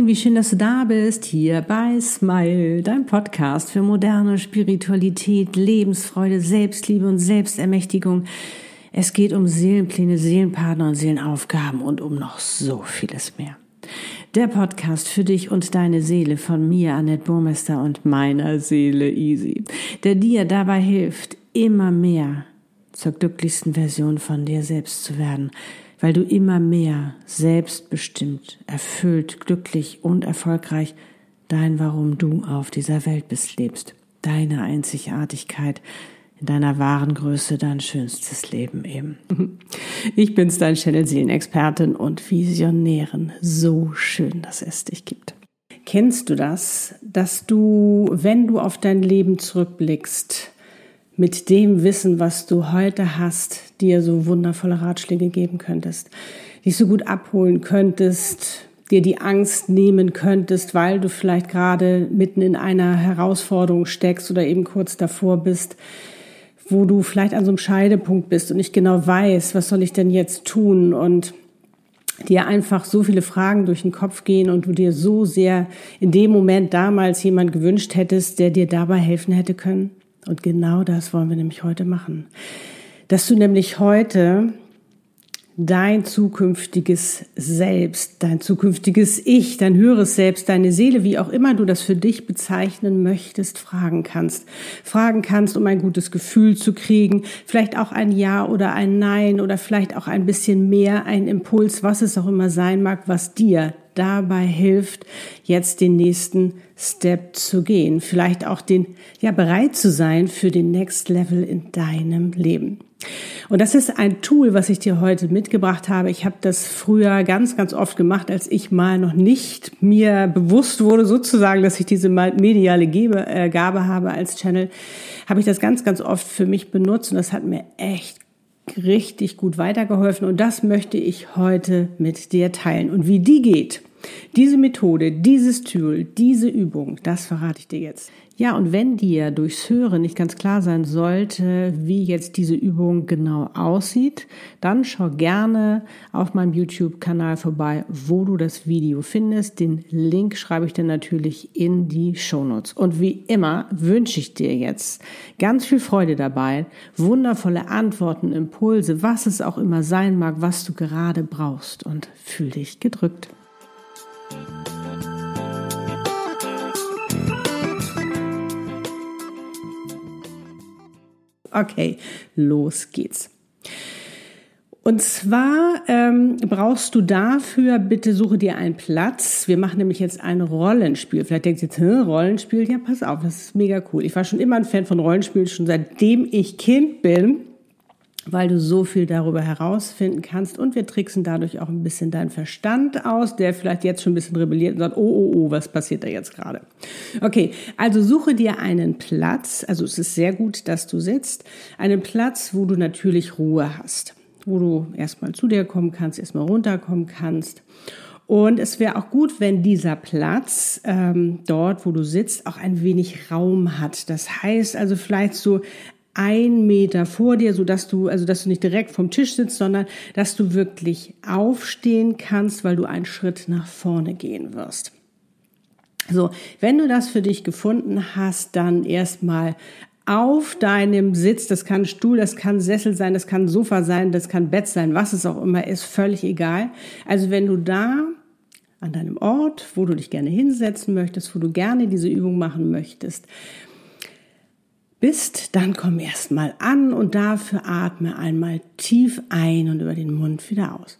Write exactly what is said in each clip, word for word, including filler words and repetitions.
Moin, wie schön, dass du da bist, hier bei Smile, dein Podcast für moderne Spiritualität, Lebensfreude, Selbstliebe und Selbstermächtigung. Es geht um Seelenpläne, Seelenpartner und Seelenaufgaben und um noch so vieles mehr. Der Podcast für dich und deine Seele von mir, Annette Burmester, und meiner Seele Easy, der dir dabei hilft, immer mehr zur glücklichsten Version von dir selbst zu werden, weil du immer mehr selbstbestimmt, erfüllt, glücklich und erfolgreich dein Warum du auf dieser Welt bist lebst. Deine Einzigartigkeit in deiner wahren Größe, dein schönstes Leben eben. Ich bin's, dein Channel-Seelenexpertin und Visionärin. So schön, dass es dich gibt. Kennst du das, dass du, wenn du auf dein Leben zurückblickst, mit dem Wissen, was du heute hast, dir so wundervolle Ratschläge geben könntest, dich so gut abholen könntest, dir die Angst nehmen könntest, weil du vielleicht gerade mitten in einer Herausforderung steckst oder eben kurz davor bist, wo du vielleicht an so einem Scheidepunkt bist und nicht genau weißt, was soll ich denn jetzt tun, und dir einfach so viele Fragen durch den Kopf gehen und du dir so sehr in dem Moment damals jemand gewünscht hättest, der dir dabei helfen hätte können. Und genau das wollen wir nämlich heute machen. Dass du nämlich heute dein zukünftiges Selbst, dein zukünftiges Ich, dein höheres Selbst, deine Seele, wie auch immer du das für dich bezeichnen möchtest, fragen kannst. Fragen kannst, um ein gutes Gefühl zu kriegen, vielleicht auch ein Ja oder ein Nein oder vielleicht auch ein bisschen mehr, ein Impuls, was es auch immer sein mag, was dir dabei hilft, jetzt den nächsten Step zu gehen. Vielleicht auch den, ja, bereit zu sein für den Next Level in deinem Leben. Und das ist ein Tool, was ich dir heute mitgebracht habe. Ich habe das früher ganz, ganz oft gemacht, als ich mal noch nicht mir bewusst wurde, sozusagen, dass ich diese mediale Gabe, äh, Gabe habe als Channel, habe ich das ganz, ganz oft für mich benutzt und das hat mir echt richtig gut weitergeholfen, und das möchte ich heute mit dir teilen. Und wie die geht, diese Methode, dieses Tool, diese Übung, das verrate ich dir jetzt. Ja, und wenn dir durchs Hören nicht ganz klar sein sollte, wie jetzt diese Übung genau aussieht, dann schau gerne auf meinem YouTube-Kanal vorbei, wo du das Video findest. Den Link schreibe ich dir natürlich in die Shownotes. Und wie immer wünsche ich dir jetzt ganz viel Freude dabei, wundervolle Antworten, Impulse, was es auch immer sein mag, was du gerade brauchst, und fühl dich gedrückt. Okay, los geht's. Und zwar ähm, brauchst du dafür, bitte suche dir einen Platz. Wir machen nämlich jetzt ein Rollenspiel. Vielleicht denkst du jetzt, hm, Rollenspiel? Ja, pass auf, das ist mega cool. Ich war schon immer ein Fan von Rollenspielen, schon seitdem ich Kind bin, weil du so viel darüber herausfinden kannst, und wir tricksen dadurch auch ein bisschen deinen Verstand aus, der vielleicht jetzt schon ein bisschen rebelliert und sagt, oh, oh, oh, was passiert da jetzt gerade? Okay, also suche dir einen Platz, also es ist sehr gut, dass du sitzt, einen Platz, wo du natürlich Ruhe hast, wo du erstmal zu dir kommen kannst, erstmal runterkommen kannst. Und es wäre auch gut, wenn dieser Platz ähm, dort, wo du sitzt, auch ein wenig Raum hat. Das heißt also vielleicht so ein Meter vor dir, so dass du, also dass du nicht direkt vom Tisch sitzt, sondern dass du wirklich aufstehen kannst, weil du einen Schritt nach vorne gehen wirst. So, wenn du das für dich gefunden hast, dann erstmal auf deinem Sitz, das kann Stuhl, das kann Sessel sein, das kann Sofa sein, das kann Bett sein, was es auch immer ist, völlig egal. Also wenn du da an deinem Ort, wo du dich gerne hinsetzen möchtest, wo du gerne diese Übung machen möchtest, bist, dann komm erstmal an und dafür atme einmal tief ein und über den Mund wieder aus.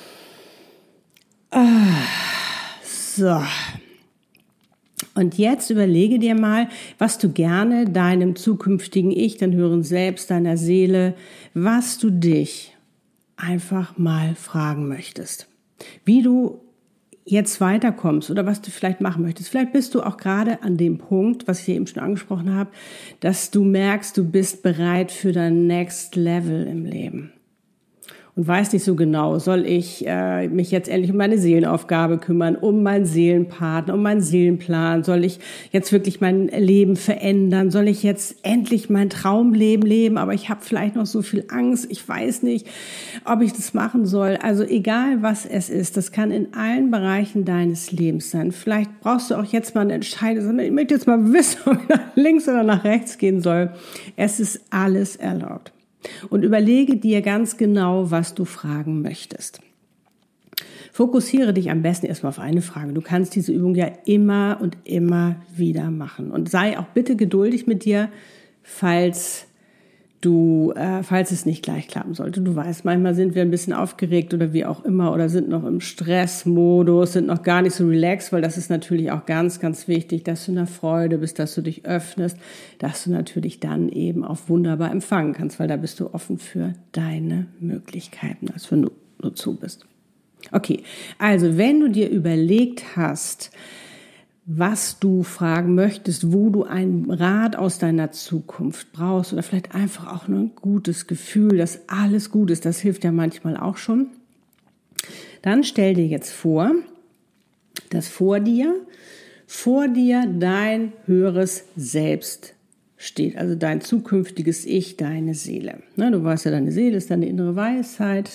So. Und jetzt überlege dir mal, was du gerne deinem zukünftigen Ich, deinem höheren Selbst, deiner Seele, was du dich einfach mal fragen möchtest. Wie du jetzt weiterkommst oder was du vielleicht machen möchtest. Vielleicht bist du auch gerade an dem Punkt, was ich hier eben schon angesprochen habe, dass du merkst, du bist bereit für dein Next Level im Leben. und weiß nicht so genau, soll ich äh, mich jetzt endlich um meine Seelenaufgabe kümmern, um meinen Seelenpartner, um meinen Seelenplan, soll ich jetzt wirklich mein Leben verändern, soll ich jetzt endlich mein Traumleben leben, aber ich habe vielleicht noch so viel Angst, ich weiß nicht, ob ich das machen soll. Also egal, was es ist, das kann in allen Bereichen deines Lebens sein. Vielleicht brauchst du auch jetzt mal eine Entscheidung, ich möchte jetzt mal wissen, ob ich nach links oder nach rechts gehen soll. Es ist alles erlaubt. Und überlege dir ganz genau, was du fragen möchtest. Fokussiere dich am besten erstmal auf eine Frage. Du kannst diese Übung ja immer und immer wieder machen. Und sei auch bitte geduldig mit dir, falls du, äh, falls es nicht gleich klappen sollte. Du weißt, manchmal sind wir ein bisschen aufgeregt oder wie auch immer oder sind noch im Stressmodus, sind noch gar nicht so relaxed, weil das ist natürlich auch ganz, ganz wichtig, dass du in der Freude bist, dass du dich öffnest, dass du natürlich dann eben auch wunderbar empfangen kannst, weil da bist du offen für deine Möglichkeiten, als wenn du nur zu bist. Okay, also wenn du dir überlegt hast, was du fragen möchtest, wo du einen Rat aus deiner Zukunft brauchst oder vielleicht einfach auch nur ein gutes Gefühl, dass alles gut ist, das hilft ja manchmal auch schon. Dann stell dir jetzt vor, dass vor dir, vor dir dein höheres Selbst steht, also dein zukünftiges Ich, deine Seele. Ne, du weißt ja, deine Seele ist deine innere Weisheit.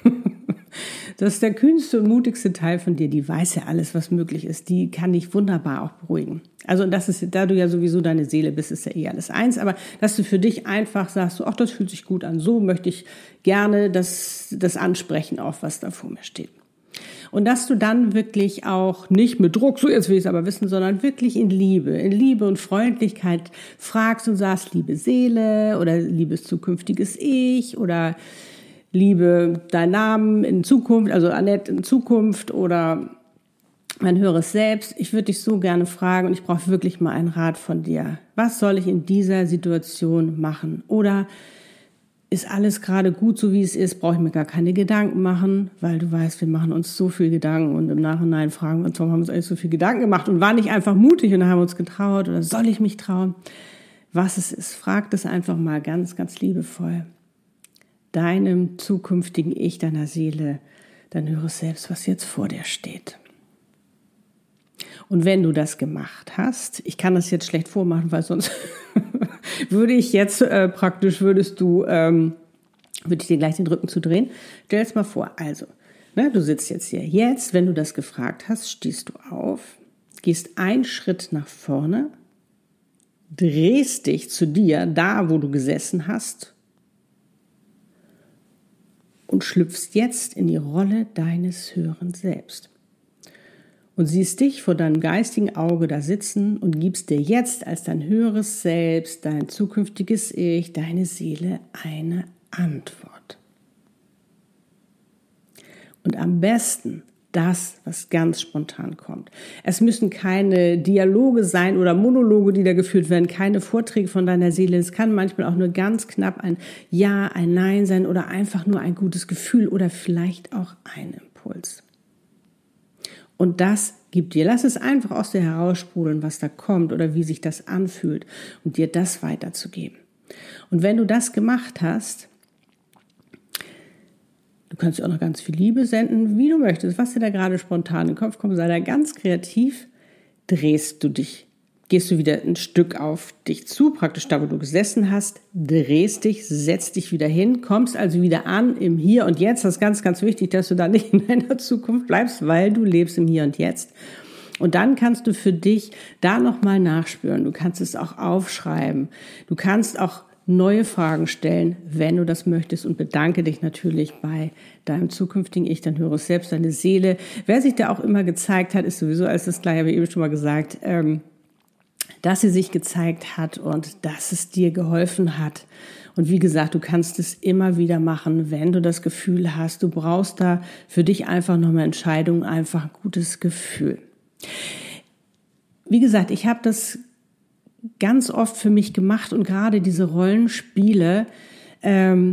Das ist der kühnste und mutigste Teil von dir, die weiß ja alles, was möglich ist, die kann dich wunderbar auch beruhigen. Also das ist, da du ja sowieso deine Seele bist, ist ja eh alles eins, aber dass du für dich einfach sagst, so, ach, das fühlt sich gut an, so möchte ich gerne das, das ansprechen, auch was da vor mir steht. Und dass du dann wirklich auch nicht mit Druck, so jetzt will ich es aber wissen, sondern wirklich in Liebe, in Liebe und Freundlichkeit fragst und sagst, liebe Seele oder liebes zukünftiges Ich oder liebe dein Namen in Zukunft, also Annette in Zukunft oder mein höheres Selbst. Ich würde dich so gerne fragen und ich brauche wirklich mal einen Rat von dir. Was soll ich in dieser Situation machen? Oder ist alles gerade gut, so wie es ist? Brauche ich mir gar keine Gedanken machen? Weil du weißt, wir machen uns so viel Gedanken und im Nachhinein fragen wir uns, warum haben wir uns eigentlich so viel Gedanken gemacht und war nicht einfach mutig und haben uns getraut oder soll ich mich trauen? Was es ist, frag das einfach mal ganz, ganz liebevoll. Deinem zukünftigen Ich, deiner Seele, dein höheres Selbst, was jetzt vor dir steht. Und wenn du das gemacht hast, ich kann das jetzt schlecht vormachen, weil sonst würde ich jetzt äh, praktisch, würdest du, ähm, würde ich dir gleich den Rücken zudrehen. Stell es mal vor, also, ne, du sitzt jetzt hier. Jetzt, wenn du das gefragt hast, stehst du auf, gehst einen Schritt nach vorne, drehst dich zu dir, da wo du gesessen hast, und schlüpfst jetzt in die Rolle deines höheren Selbst. Und siehst dich vor deinem geistigen Auge da sitzen und gibst dir jetzt als dein höheres Selbst, dein zukünftiges Ich, deine Seele eine Antwort. Und am besten das, was ganz spontan kommt. Es müssen keine Dialoge sein oder Monologe, die da geführt werden, keine Vorträge von deiner Seele. Es kann manchmal auch nur ganz knapp ein Ja, ein Nein sein oder einfach nur ein gutes Gefühl oder vielleicht auch ein Impuls. Und das gibt dir, lass es einfach aus dir heraussprudeln, was da kommt oder wie sich das anfühlt und dir das weiterzugeben. Und wenn du das gemacht hast, du kannst dir auch noch ganz viel Liebe senden, wie du möchtest, was dir da gerade spontan in den Kopf kommt, sei da ganz kreativ, drehst du dich, gehst du wieder ein Stück auf dich zu, praktisch da, wo du gesessen hast, drehst dich, setzt dich wieder hin, kommst also wieder an im Hier und Jetzt. Das ist ganz, ganz wichtig, dass du da nicht in deiner Zukunft bleibst, weil du lebst im Hier und Jetzt. Und dann kannst du für dich da nochmal nachspüren. Du kannst es auch aufschreiben. Du kannst auch neue Fragen stellen, wenn du das möchtest, und bedanke dich natürlich bei deinem zukünftigen Ich, dein höheres Selbst, deine Seele. Wer sich da auch immer gezeigt hat, ist sowieso alles das Gleiche, habe ich eben schon mal gesagt, ähm, dass sie sich gezeigt hat und dass es dir geholfen hat. Und wie gesagt, du kannst es immer wieder machen, wenn du das Gefühl hast, du brauchst da für dich einfach nochmal Entscheidungen, einfach ein gutes Gefühl. Wie gesagt, ich habe das ganz oft für mich gemacht und gerade diese Rollenspiele ähm,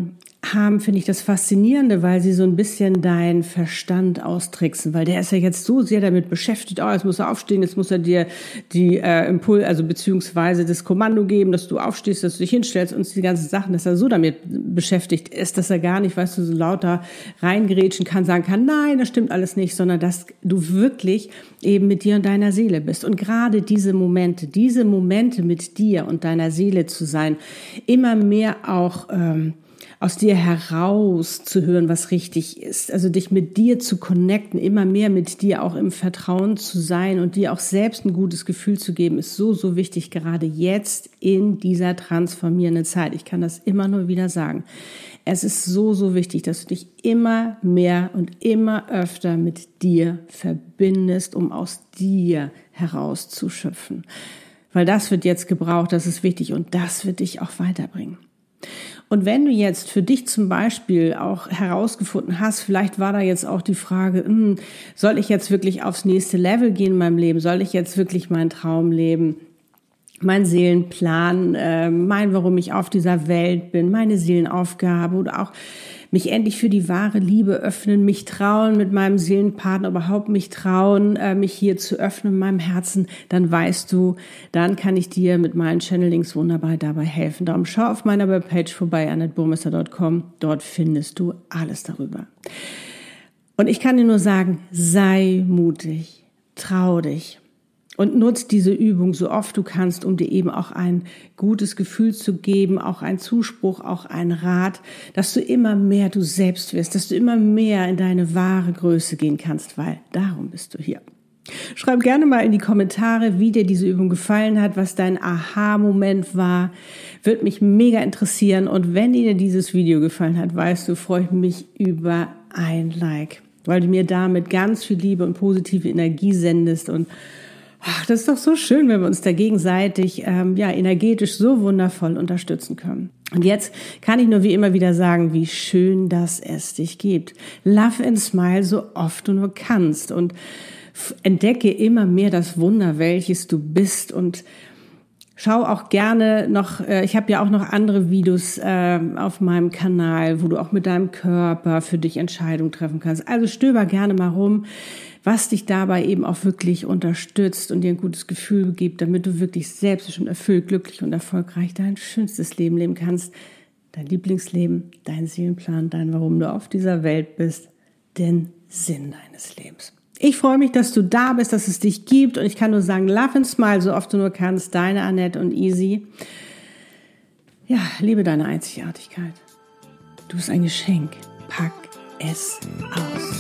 haben, finde ich das Faszinierende, weil sie so ein bisschen deinen Verstand austricksen, weil der ist ja jetzt so sehr damit beschäftigt, oh, jetzt muss er aufstehen, jetzt muss er dir die äh, Impuls, also beziehungsweise das Kommando geben, dass du aufstehst, dass du dich hinstellst und die ganzen Sachen, dass er so damit beschäftigt ist, dass er gar nicht, weißt du, so lauter reingerätschen kann, sagen kann, nein, das stimmt alles nicht, sondern dass du wirklich eben mit dir und deiner Seele bist. Und gerade diese Momente, diese Momente mit dir und deiner Seele zu sein, immer mehr auch ähm, aus dir heraus zu hören, was richtig ist. Also dich mit dir zu connecten, immer mehr mit dir auch im Vertrauen zu sein und dir auch selbst ein gutes Gefühl zu geben, ist so, so wichtig, gerade jetzt in dieser transformierenden Zeit. Ich kann das immer nur wieder sagen. Es ist so, so wichtig, dass du dich immer mehr und immer öfter mit dir verbindest, um aus dir herauszuschöpfen. Weil das wird jetzt gebraucht, das ist wichtig und das wird dich auch weiterbringen. Und wenn du jetzt für dich zum Beispiel auch herausgefunden hast, vielleicht war da jetzt auch die Frage, hm, soll ich jetzt wirklich aufs nächste Level gehen in meinem Leben? Soll ich jetzt wirklich meinen Traum leben? Mein Seelenplan, äh, mein, warum ich auf dieser Welt bin, meine Seelenaufgabe oder auch mich endlich für die wahre Liebe öffnen, mich trauen, mit meinem Seelenpartner überhaupt mich trauen, äh, mich hier zu öffnen in meinem Herzen, dann weißt du, dann kann ich dir mit meinen Channelings wunderbar dabei helfen. Darum schau auf meiner Webpage vorbei, annette burmester punkt com, dort findest du alles darüber. Und ich kann dir nur sagen, sei mutig, trau dich. Und nutz diese Übung so oft du kannst, um dir eben auch ein gutes Gefühl zu geben, auch einen Zuspruch, auch einen Rat, dass du immer mehr du selbst wirst, dass du immer mehr in deine wahre Größe gehen kannst, weil darum bist du hier. Schreib gerne mal in die Kommentare, wie dir diese Übung gefallen hat, was dein Aha-Moment war. Würde mich mega interessieren. Und wenn dir dieses Video gefallen hat, weißt du, freue ich mich über ein Like, weil du mir damit ganz viel Liebe und positive Energie sendest und ach, das ist doch so schön, wenn wir uns da gegenseitig ähm, ja, energetisch so wundervoll unterstützen können. Und jetzt kann ich nur wie immer wieder sagen, wie schön, dass es dich gibt. Love and smile so oft du nur kannst und f- entdecke immer mehr das Wunder, welches du bist und schau auch gerne noch, äh, ich habe ja auch noch andere Videos äh, auf meinem Kanal, wo du auch mit deinem Körper für dich Entscheidungen treffen kannst. Also stöber gerne mal rum, was dich dabei eben auch wirklich unterstützt und dir ein gutes Gefühl gibt, damit du wirklich selbstbestimmt erfüllt, glücklich und erfolgreich dein schönstes Leben leben kannst. Dein Lieblingsleben, dein Seelenplan, dein Warum du auf dieser Welt bist, den Sinn deines Lebens. Ich freue mich, dass du da bist, dass es dich gibt und ich kann nur sagen, love and smile, so oft du nur kannst. Deine Annette und Easy. Ja, liebe deine Einzigartigkeit. Du bist ein Geschenk. Pack es aus.